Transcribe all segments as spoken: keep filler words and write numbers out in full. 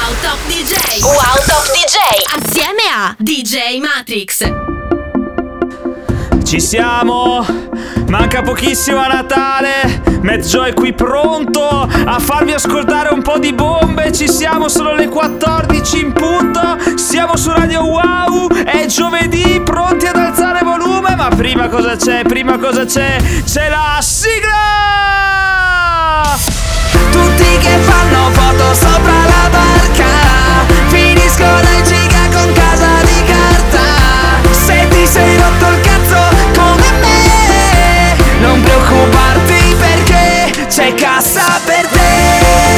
Wow Top D J. Wow Top D J. Assieme a D J Matrix. Ci siamo! Manca pochissimo a Natale. Matt Joe è qui pronto a farvi ascoltare un po' di bombe. Ci siamo, sono le quattordici in punto. Siamo su Radio Wow. È giovedì, pronti ad alzare volume. Ma prima cosa c'è? Prima cosa c'è? C'è la sigla! Tutti che fanno foto sopra la barca finiscono in giga con casa di carta. Se ti sei rotto il cazzo come me, non preoccuparti perché c'è cassa per te.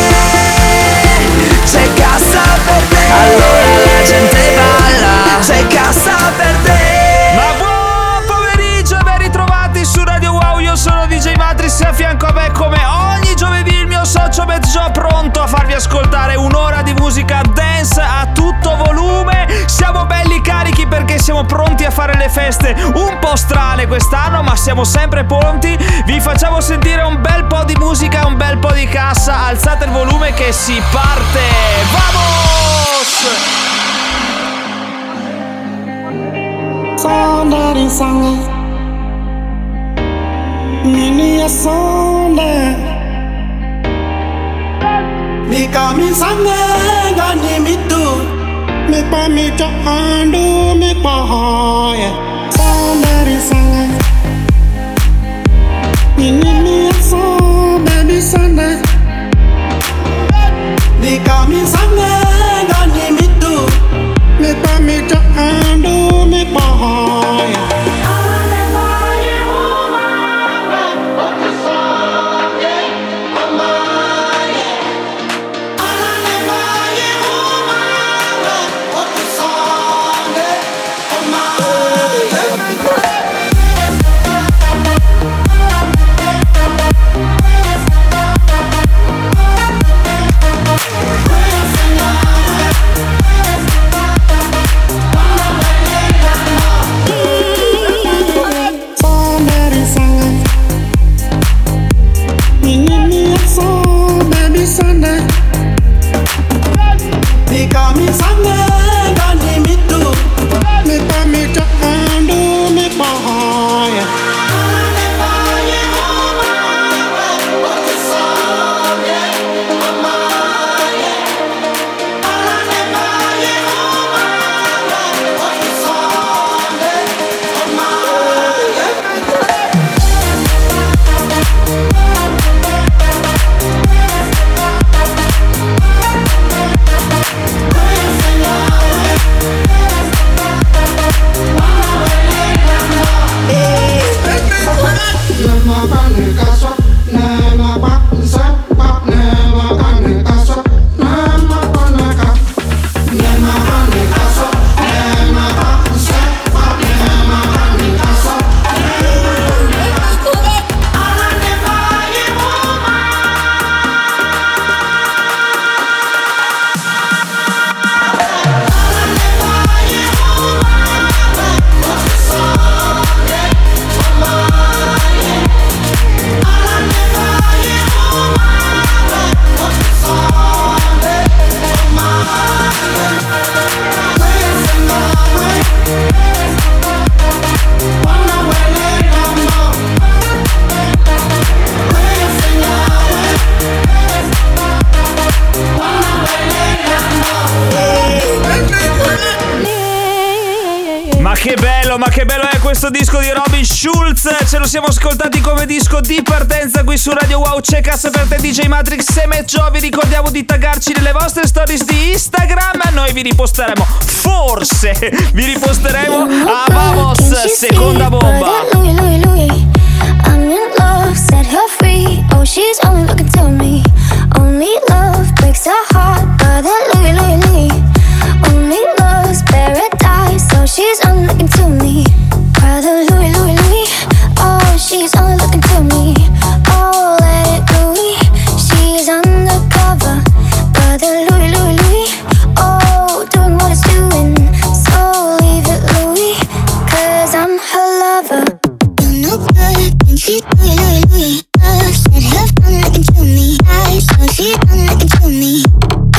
C'è cassa per te. Allora la gente balla. C'è cassa per te. Ma buon pomeriggio e ben ritrovati su Radio Wow. Io sono D J Matrix e a fianco a me come ogni giovedì il mio socio Matt Joe, pronto a farvi ascoltare un'ora di musica dance a tutto volume. Siamo belli carichi perché siamo pronti a fare le feste un po' strane quest'anno, ma siamo sempre pronti. Vi facciamo sentire un bel po' di musica, un bel po' di cassa. Alzate il volume che si parte. Vamos! Somebody sang it. Mini a Sunday. Mi kami sange gani mitu. Mi pa mi cha andu mi pa hoye. Somebody sang it. Mini mi a song baby Sunday. Mi kami sange gani mitu. Mi pa mi cha andu mi pa hoye. Ma che bello è questo disco di Robin Schulz. Ce lo siamo ascoltati come disco di partenza qui su Radio Wow. C'è cassa per te D J Matrix e Matt Joe. Vi ricordiamo di taggarci nelle vostre stories di Instagram. Noi vi riposteremo, forse vi riposteremo a Vamos, seconda bomba. I'm in love, set her free. Oh, she's only looking to me. Only love breaks her heart. But that Louie, Louie, Louie. Only love's paradise. So she's only looking to me. Brother Louie, Louie, Louie. Oh, she's only looking to me. Oh, let it Louie. She's undercover. Brother Louie, Louie, Louie. Oh, doing what it's doing. So leave it Louie. Cause I'm her lover. No good, and she's Louie, Louie, Louie. Love said her fun looking to me. I so she's only looking to me.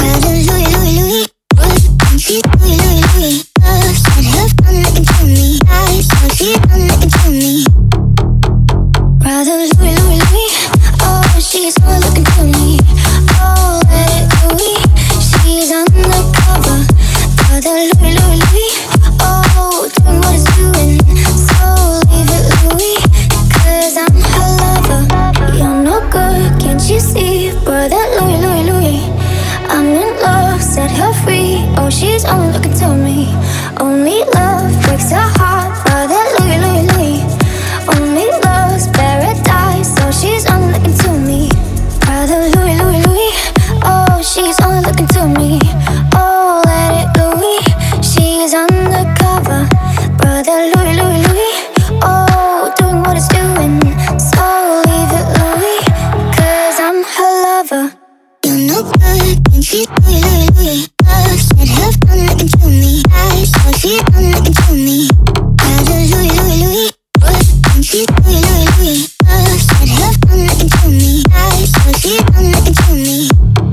set her free. Oh, she's only looking to me. Only love breaks her heart. Brother Louis, Louis, Louis. Only love's paradise. Oh, she's only looking to me. Brother Louis, Louis, Louis. Oh, she's only looking to me. Oh, let it Louis. She's undercover. Brother Louis, Louis, Louis. Oh, doing what it's doing. So leave it Louis, 'cause I'm her lover. You're no good when she's Louis, Louis, Louis. Love said have fun looking to me. I saw she's on looking to me. Brother Louis, Louis, Louis. Good when she's Louis, Louis, Louis. Love said have fun looking to me. I saw she's on looking to me.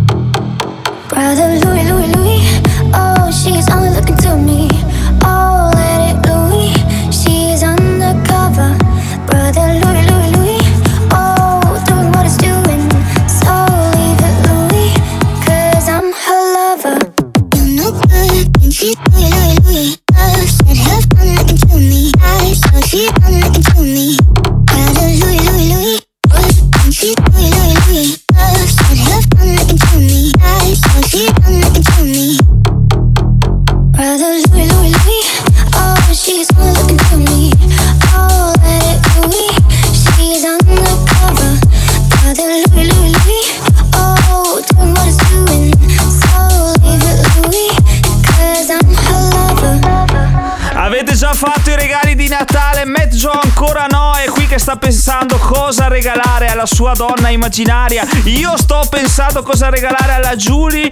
Brother Louis, Louis, Louis. Oh, she's only looking to me. Oh, let it Louis. She's undercover. Brother Louis, Louis, Louis. Oh, doing what it's doing. So leave it Louis, 'cause I'm her lover. You're no good when she's Louis, Louis, Louis. Love said have fun looking to me. I saw she's on looking to me. Brother Louis, Louis, Louis. Good when she's Louis, Louis, Louis. Love said have fun looking to me. I saw she's on looking to me. Brother Louis, Louis, Louis. Oh, she's only looking to me. Oh, let it Louis. She's undercover. Brother Louis, Louis, Louis. Oh, doing what it's doing. So leave it Louis, 'cause I'm her lover. Avete già fatto i regali di Natale? Matt Joe ancora no, è qui che sta pensando cosa regalare alla sua donna immaginaria. Io sto pensando cosa regalare alla Julie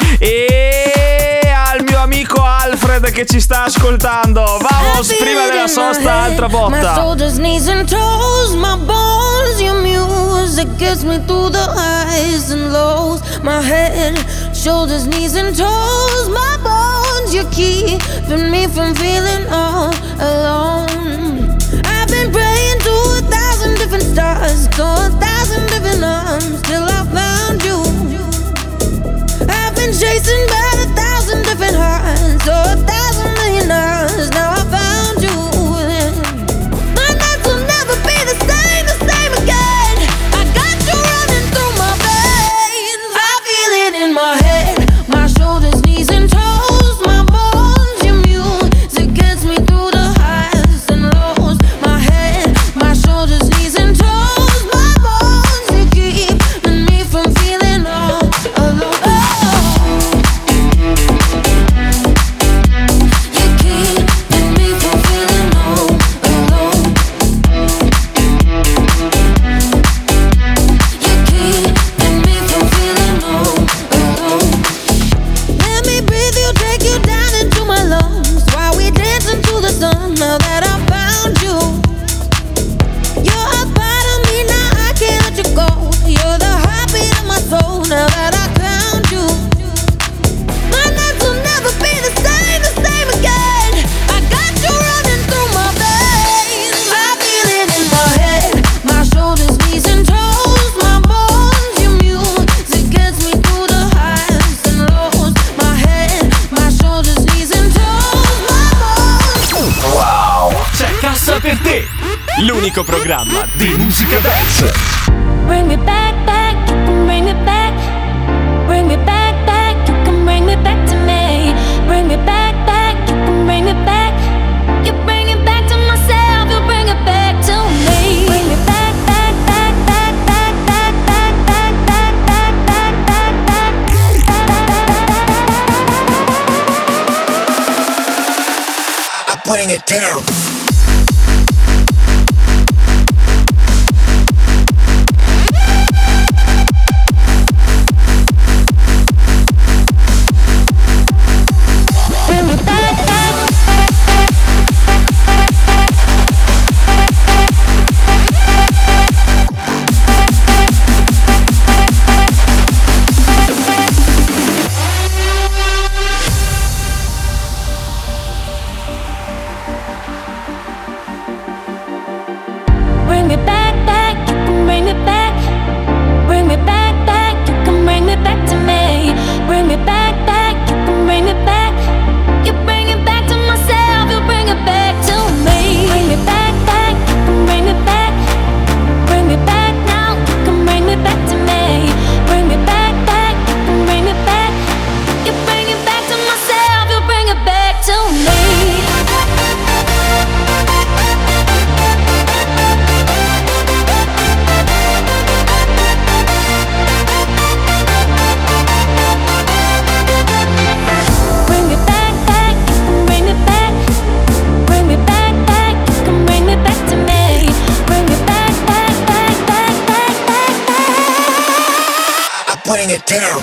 e al mio amico Alfred che ci sta ascoltando. Vamos, prima della sosta, altra botta. My shoulders, knees and toes, my bones, your music gets me through the highs and lows. My head, shoulders, knees and toes, my bones, you're keeping me from feeling all alone. I've been praying to a thousand different stars, to a thousand different arms, till I found you. I've been chasing by a thousand different hearts, so a thousand million hours. Now I found you. My nights will never be the same, the same again. I got you running through my veins. I feel it in my head, my shoulders, knees and toes, my bones, your music gets me through the highs and lows. My head, my shoulders, knees and toes, my bones, you keeping me from feeling all alone. L'unico programma di musica dance. Bring me back, back, you can bring me back. Bring me back, back, you can bring me back to me. Bring me back, back, you can bring me back. You bring it back to myself, you bring it back to me. Bring me back, back, back, back, back, back, back, back, back, back, back, back. I'm putting it down. down.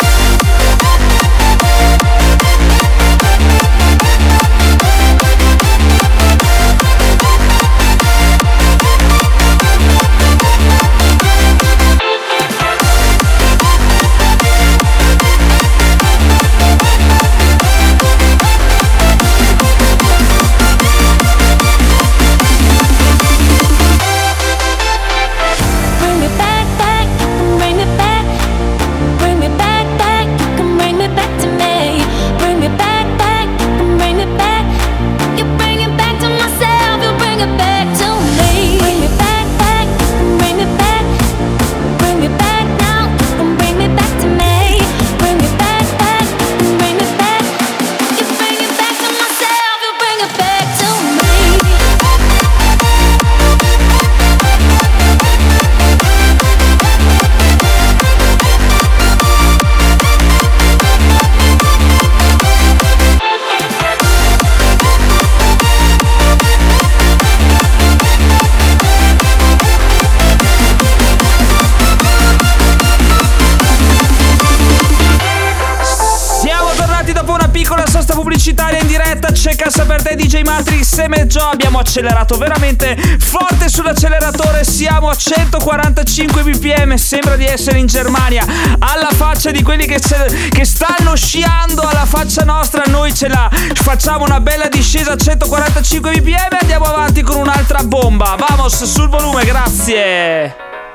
Pubblicitaria in diretta, c'è Cassa per te, D J Matrix e me Joe. Abbiamo accelerato veramente forte sull'acceleratore, siamo a centoquarantacinque bpm, sembra di essere in Germania. Alla faccia di quelli che, che stanno sciando, alla faccia nostra, noi ce la facciamo una bella discesa a centoquarantacinque bpm e andiamo avanti con un'altra bomba. Vamos sul volume, grazie.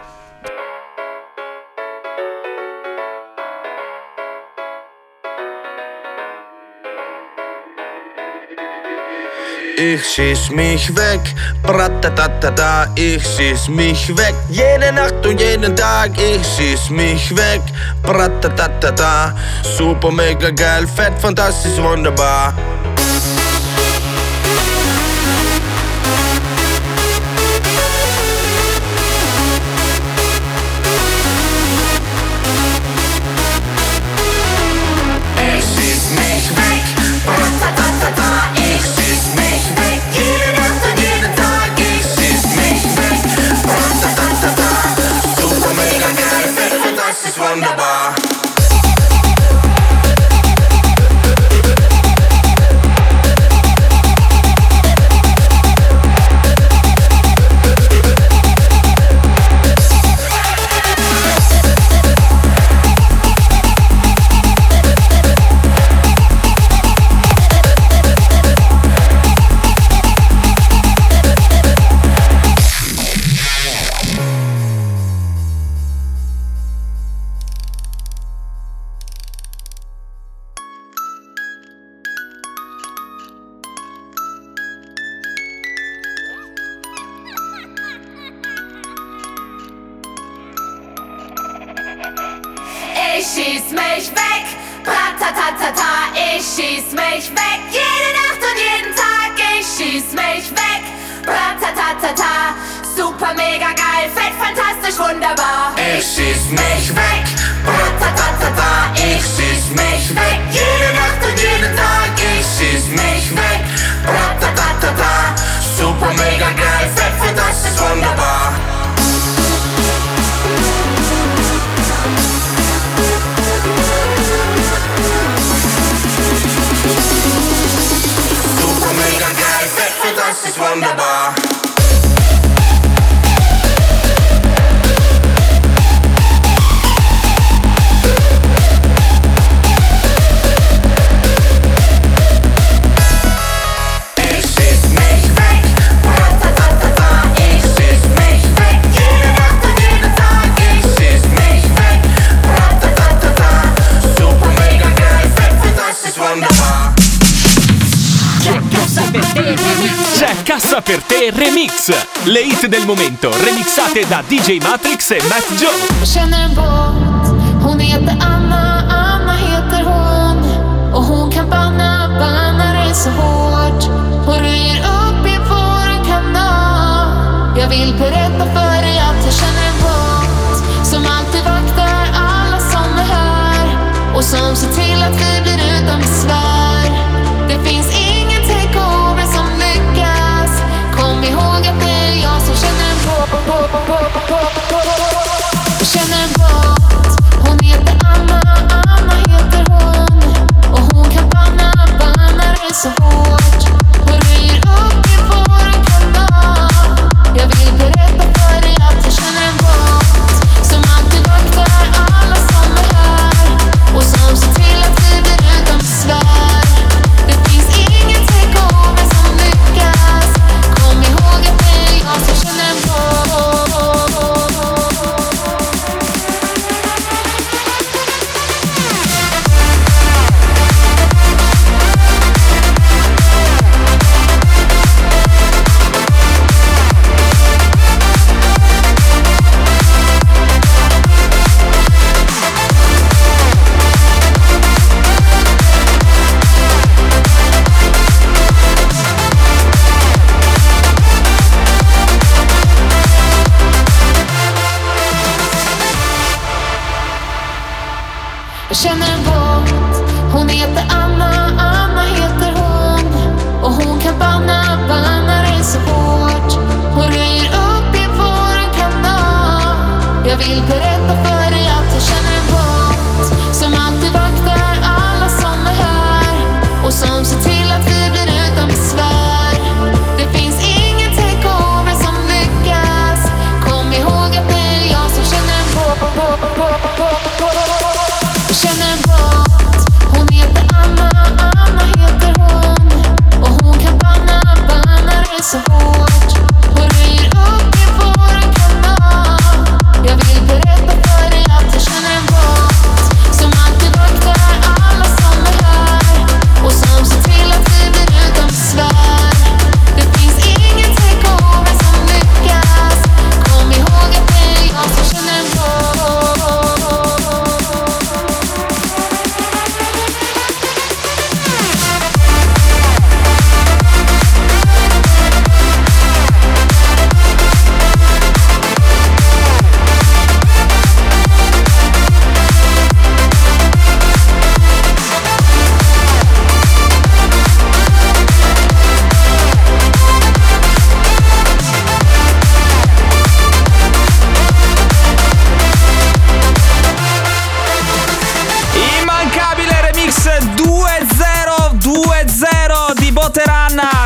Ich schieß mich weg, bratatatata, ich schieß mich weg. Jede Nacht und jeden Tag, ich schieß mich weg, bratatatata. Super, mega geil, fett, fantastisch, wunderbar. Ich schieß mich weg, bratatatata, ich schieß mich weg, jede Nacht und jeden Tag, ich schieß mich weg, bratatatata, super mega geil, fett, fantastisch, wunderbar. Ich schieß mich weg, bratatatata, ich schieß mich weg, jede Nacht und jeden Tag, ich schieß mich weg, bratatatata, super mega geil, fett, fantastisch, wunderbar. Das ist wunderbar. C'è Cassa per te Remix, le hit del momento remixate da D J Matrix e Matt Joe. Jag känner en båt, hon heter Anna, Anna heter hon. Och hon kan banna, banna dig så hårt. Och röjer upp i våran kanal. Jag vill berätta för dig att jag känner en båt som alltid vaktar alla som är här. Och som ser till att vi blir utan besvär. Det finns ingen takeover som lyckas. Kom ihåg att det är jag som känner en båt. Jag känner en båt, hon heter Anna.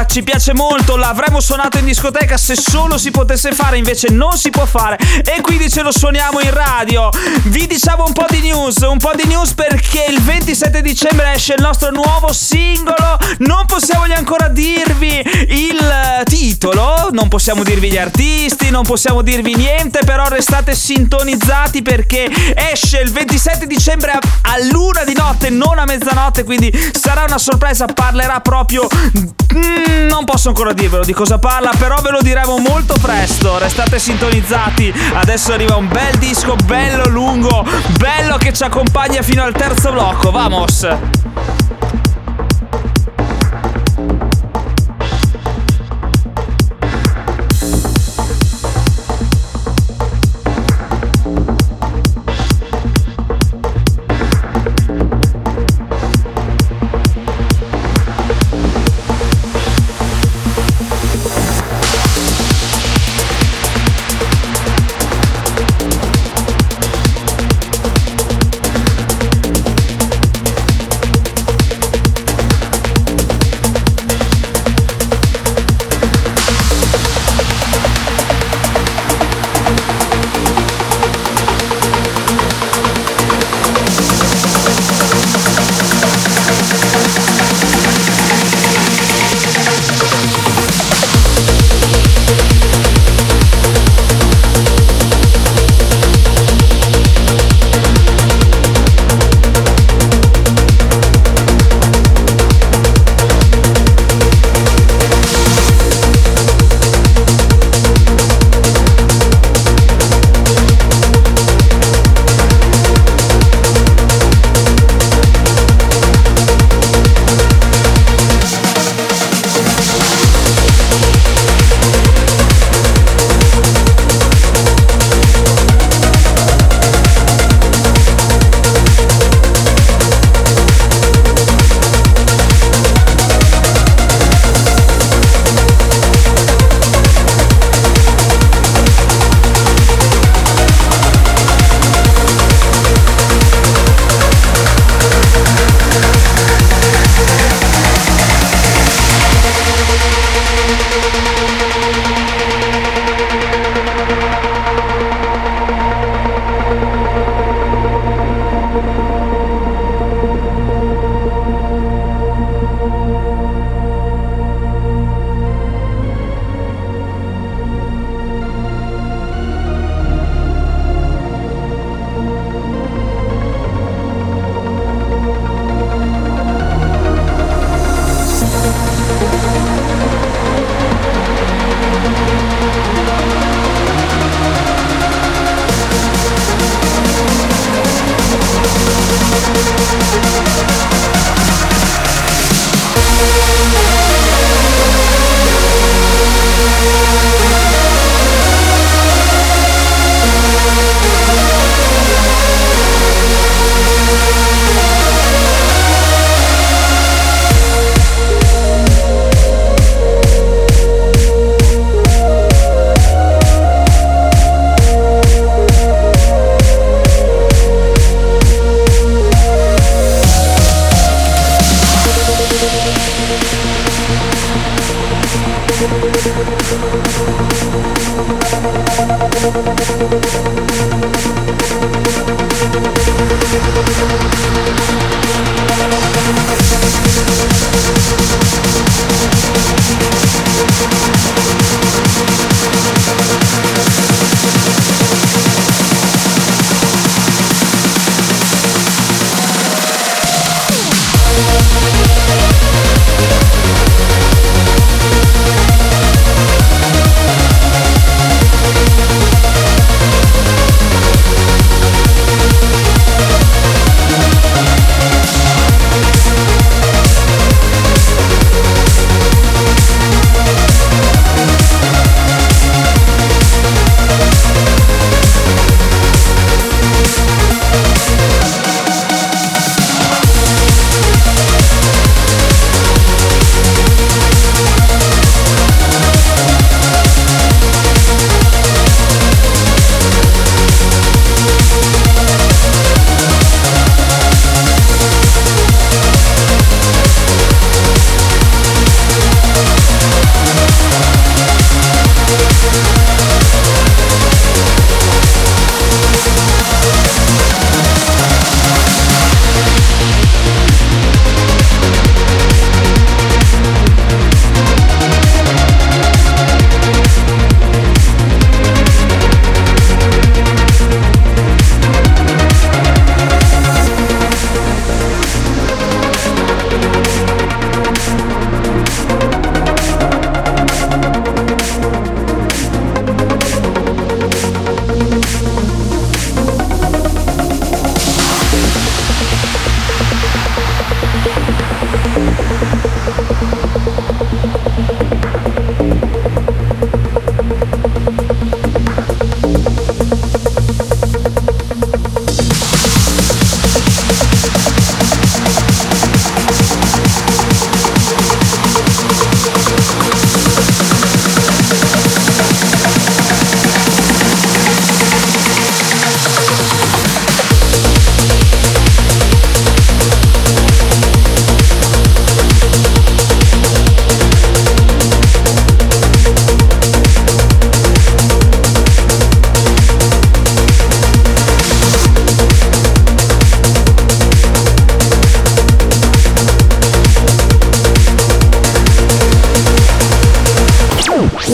ci piace molto, l'avremmo suonato in discoteca se solo si potesse fare, invece non si può fare e quindi ce lo suoniamo in radio. Vi diciamo un po' di news, un po' di news perché il ventisette dicembre esce il nostro nuovo singolo. Non possiamo neanche ancora dirvi il titolo, non possiamo dirvi gli artisti, non possiamo dirvi niente, però restate sintonizzati perché esce il ventisette dicembre a, a luna di notte, non a mezzanotte, quindi sarà una sorpresa, parlerà proprio mm, non posso ancora dirvelo di cosa parla, però ve lo diremo molto presto. Restate sintonizzati, adesso arriva un bel disco bello lungo, bello che ci accompagna fino al terzo blocco. Vamos!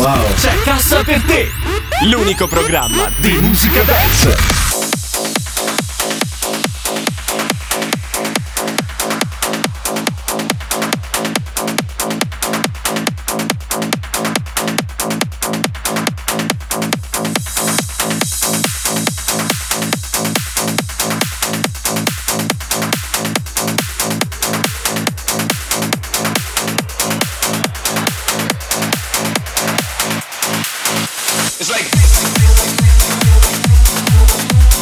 Wow. C'è Cassa per te, l'unico programma di musica dance. It's like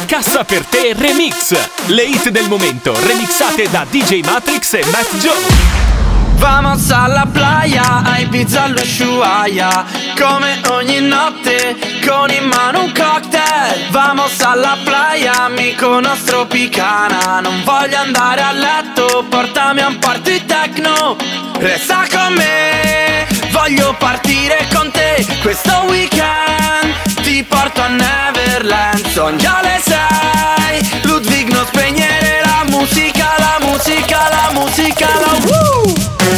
Cassa per te Remix. Le hit del momento remixate da D J Matrix e Matt Joe. Vamos alla playa, a Ibiza all'Ushuaia, come ogni notte, con in mano un cocktail. Vamos alla playa, amico nostro Picana. Non voglio andare a letto, portami a un party techno. Resta con me, voglio partire con te questo weekend. Ti porto a Neverland, son già le sei. Ludwig, non spegnere la musica, la musica, la musica, la woo!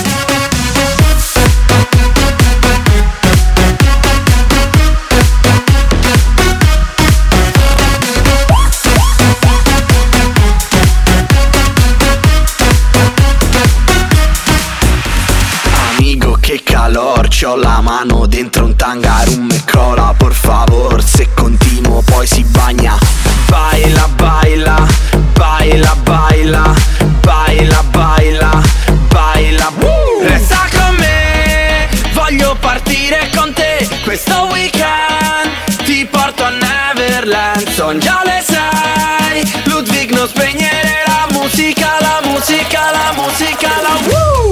Che calor, c'ho la mano dentro un tangarum e cola, por favor, se continuo poi si bagna. Baila, baila, baila, baila, baila, baila, baila, woo! Resta con me, voglio partire con te questo weekend. Ti porto a Neverland, son già le sei. Ludwig, non spegnere la musica, la musica, la musica, la woo!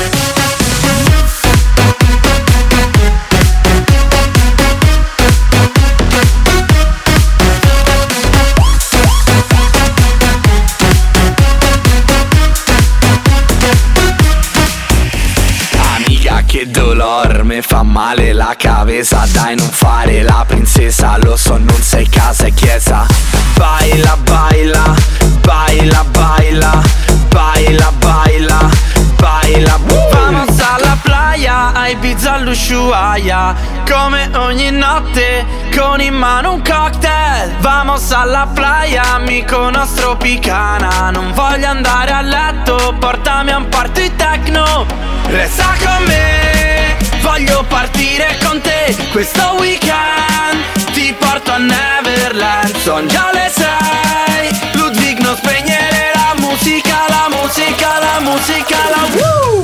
Che dolor, me fa male la cabeza. Dai, non fare la princesa, lo so, non sei casa e chiesa. Baila, baila, baila, baila, baila, baila, baila, woo! Vamos alla playa, a Ibiza all'Ushuaia, come ogni notte, con in mano un cocktail. Vamos alla playa, amico nostro Picana. Non voglio andare a letto, portami a un party techno. Resta con me, voglio partire con te questo weekend. Ti porto a Neverland, son già le sei. Ludwig, non spegnere la musica, la musica, la musica, la woo!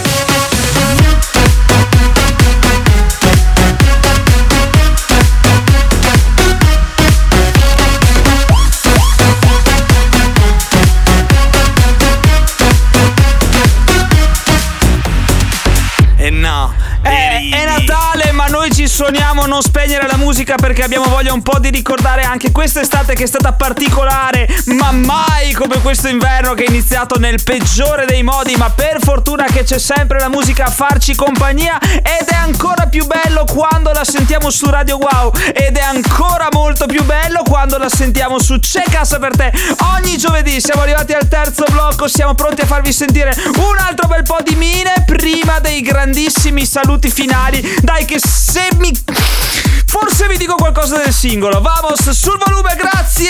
E no, È, è Natale, ma noi ci suoniamo Non spegnere la musica perché abbiamo voglia un po' di ricordare anche quest'estate che è stata particolare, ma mai come questo inverno che è iniziato nel peggiore dei modi. Ma per fortuna che c'è sempre la musica a farci compagnia, ed è ancora più bello quando la sentiamo su Radio Wow, ed è ancora molto più bello quando la sentiamo su C'è Cassa per te. Ogni giovedì siamo arrivati al terzo blocco, siamo pronti a farvi sentire un altro bel po' di mine prima dei grandissimi saluti finali. Dai che se mi... forse vi dico qualcosa del singolo. Vamos, sul volume, grazie!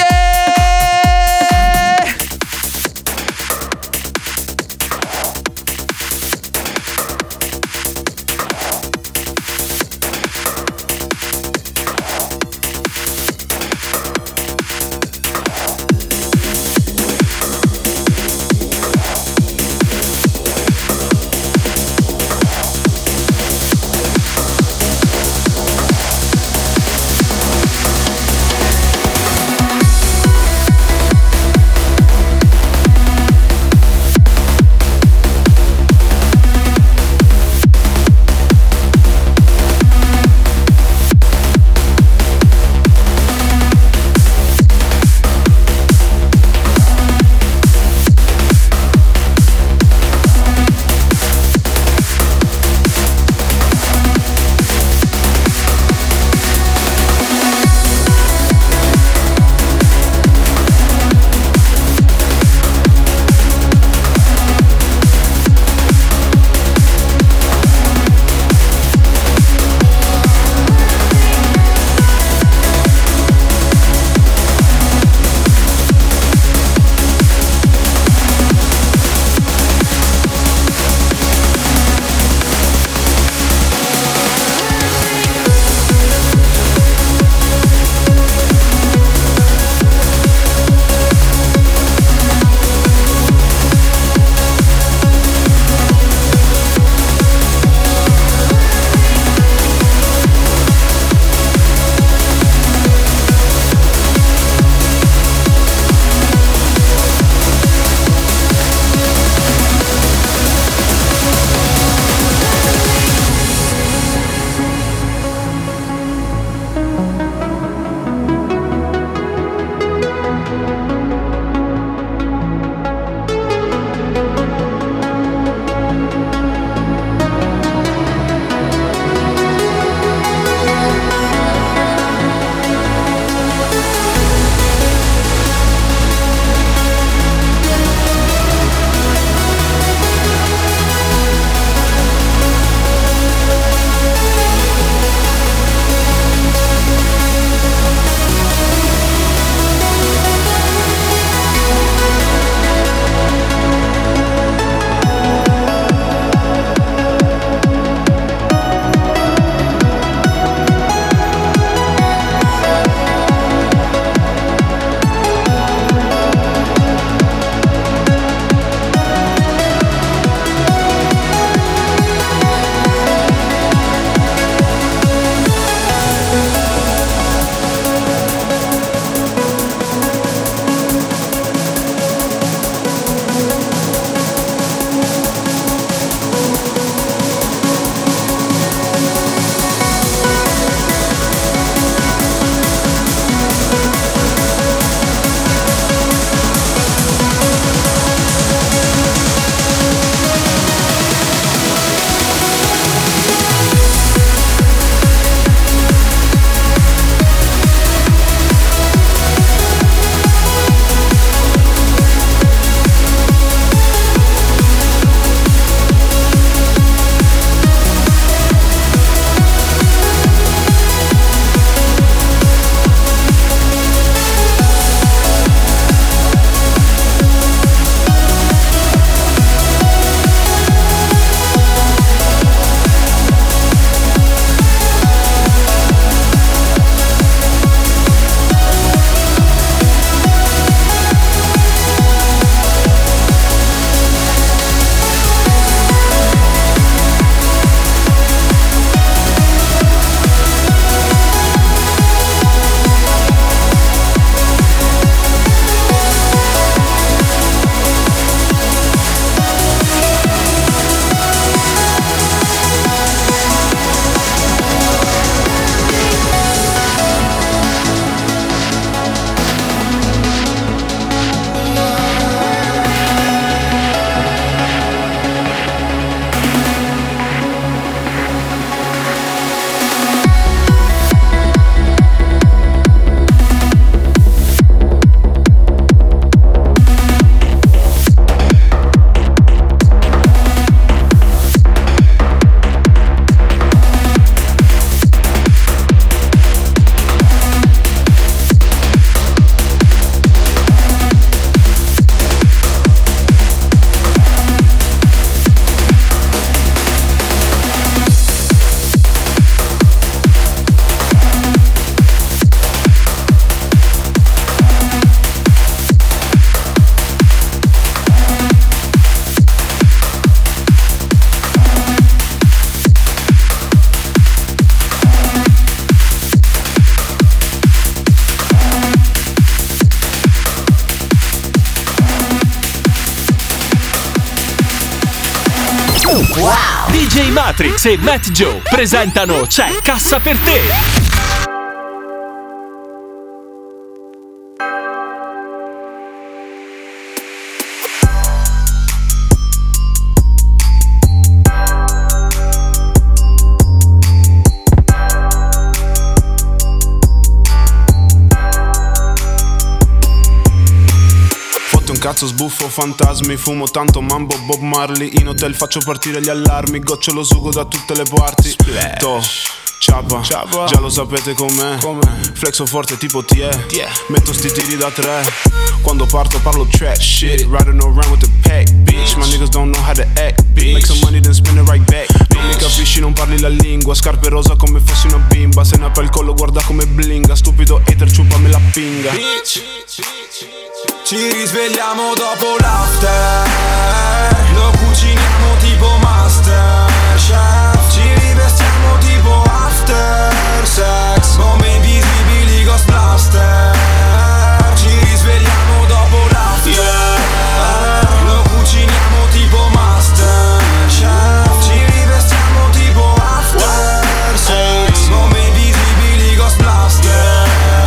Wow! D J Matrix e Matt Joe presentano C'è Cassa per te! Cazzo sbuffo fantasmi, fumo tanto mambo Bob Marley. In hotel faccio partire gli allarmi, gocciolo sugo da tutte le parti. To, ciapa, ciapa, già lo sapete com'è, com'è. Flexo forte tipo T E, metto sti tiri da tre. Quando parto parlo trap shit, riding around with the pack, bitch. My niggas don't know how to act, bitch. Make some money then spin it right back, bitch. Non mi capisci, non parli la lingua, scarpe rosa come fossi una bimba. Se ne apre il collo guarda come blinga, stupido hater ciupami la pinga, bitch. Ci risvegliamo dopo l'after, lo cuciniamo tipo Masterchef. Ci rivestiamo tipo after sex, come invisibili Ghost Blaster. Ci risvegliamo dopo l'after, lo cuciniamo tipo Masterchef. Ci rivestiamo tipo after sex, come invisibili Ghost Blaster.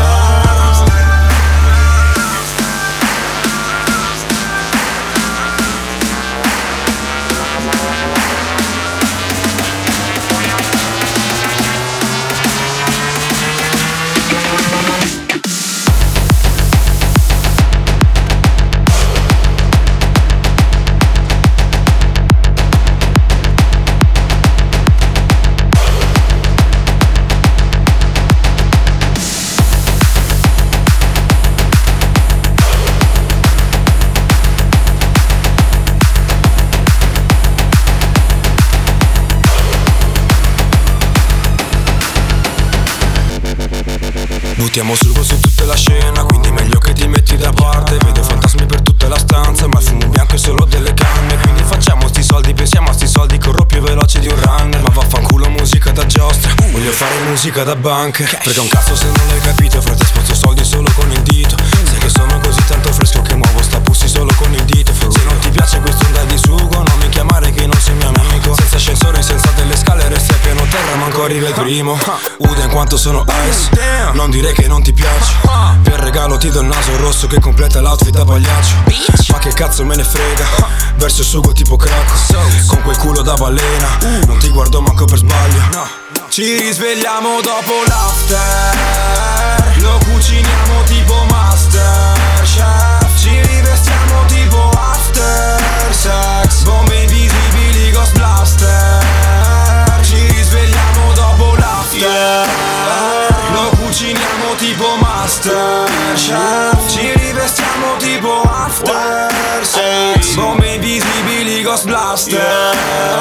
Buttiamo sugo su tutta la scena, quindi meglio che ti metti da parte. Vedo fantasmi per tutta la stanza, ma il fumo bianco è solo delle canne. Quindi facciamo sti soldi, pensiamo a sti soldi, corro più veloce di un runner. Ma vaffanculo musica da giostra, voglio fare musica da banca. Perché un cazzo se non l'hai capito, frate spozzo soldi solo con il dito. Sai che sono così tanto fresco che muovo sta pussi solo con il dito. Se non ti piace quest'onda di sugo, non mi chiamare che non sei mio amico. Senza ascensori, senza delle scale, resti a piano terra, manco arriva il primo. Uda in quanto sono ice, non direi che non ti piace. Per regalo ti do il naso rosso che completa l'outfit da pagliaccio. Ma che cazzo me ne frega, verso il sugo tipo crack, con quel culo da balena, non ti guardo manco per sbaglio. Ci risvegliamo dopo l'after, lo cuciniamo tipo Masterchef. Ci rivestiamo tipo after sex, bombe invisibili Ghost Blaster. Ci risvegliamo dopo l'after, lo cuciniamo tipo Masterchef. Ci rivestiamo tipo after sex, bombe invisibili Ghost Blaster.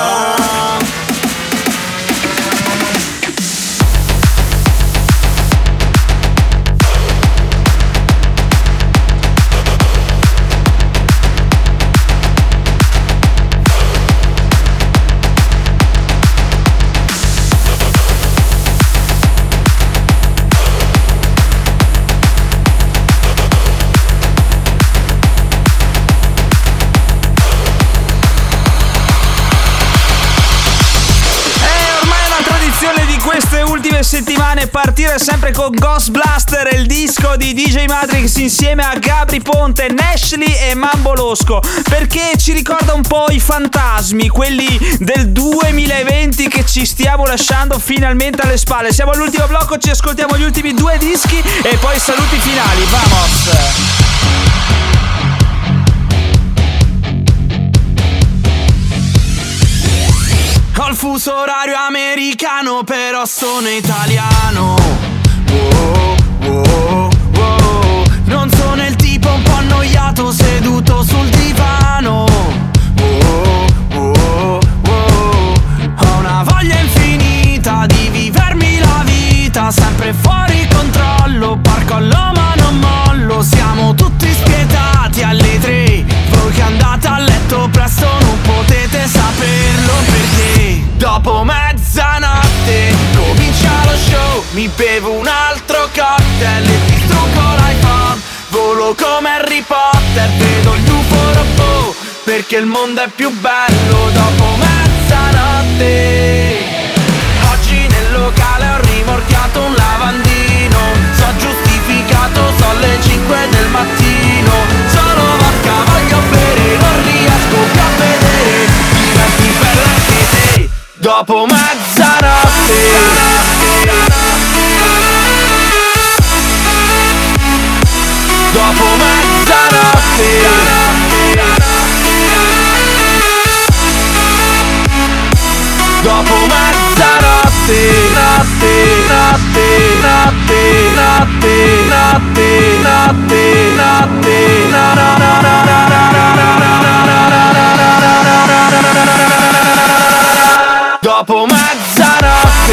Settimane partire sempre con Ghost Blaster, il disco di D J Matrix insieme a Gabri Ponte, Nashly e Mambo Losco, perché ci ricorda un po' i fantasmi, quelli del duemilaventi che ci stiamo lasciando finalmente alle spalle. Siamo all'ultimo blocco, ci ascoltiamo gli ultimi due dischi e poi saluti finali. Vamos! Ho il fuso orario americano, però sono italiano. Oh, oh, oh. Non sono il tipo un po' annoiato seduto sul divano. Oh, oh, oh. Ho una voglia infinita di vivermi la vita, sempre fuori controllo, parcollo ma non mollo. Siamo tutti spietati alle tre, voi che andate a letto presto non potete saperlo, perché dopo mezzanotte comincia lo show. Mi bevo un altro cocktail e distruggo l'iPhone. Volo come Harry Potter, vedo il U F O robot, perché il mondo è più bello dopo mezzanotte. notte. Oggi nel locale ho rimorchiato un lavandino. So giustificato, so alle cinque del mattino. Solo vodka voglio bere, non riesco più a vedere. Diventi bella anche te dopo mezzanotte. Dopo mezzanotte. Dopo mezzanotte. Notte, notte, notte, notte, notte, notte, notte, no, no, no, no, no, no, dopo mezzanotte.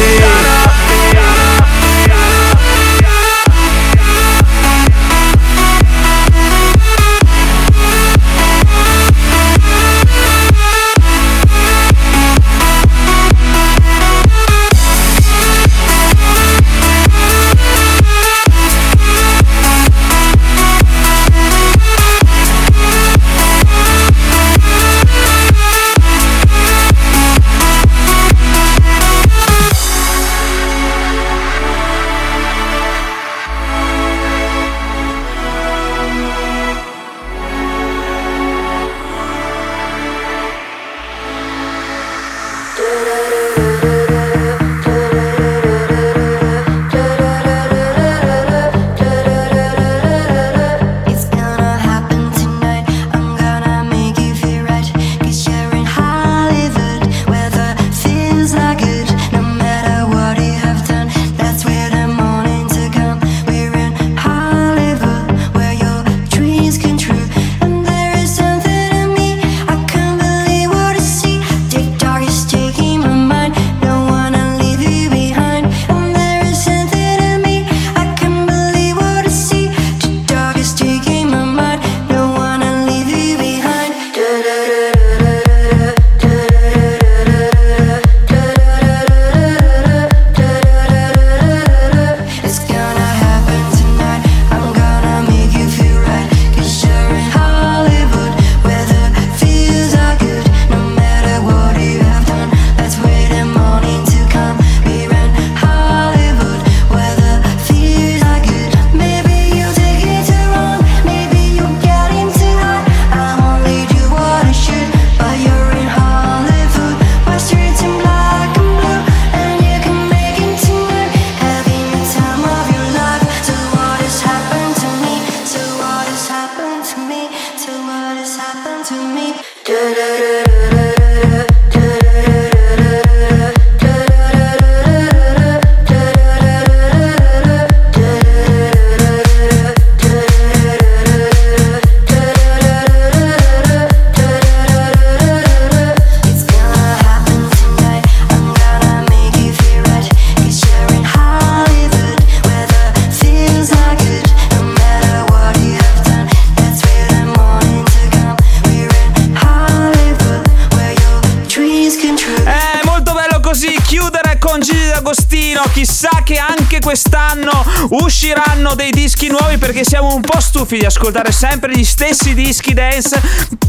Chissà che anche quest'anno usciranno dei dischi nuovi, perché siamo un po' stufi di ascoltare sempre gli stessi dischi dance.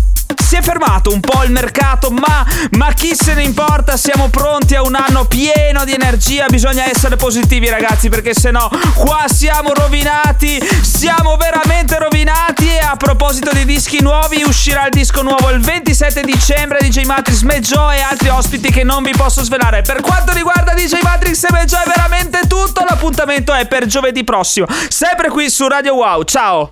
Si è fermato un po' il mercato, ma, ma chi se ne importa? Siamo pronti a un anno pieno di energia. Bisogna essere positivi, ragazzi, perché sennò qua siamo rovinati. Siamo veramente rovinati. E a proposito di dischi nuovi, uscirà il disco nuovo il ventisette dicembre. D J Matrix, Mejo e altri ospiti che non vi posso svelare. Per quanto riguarda D J Matrix e Mejo è veramente tutto. L'appuntamento è per giovedì prossimo, sempre qui su Radio Wow. Ciao.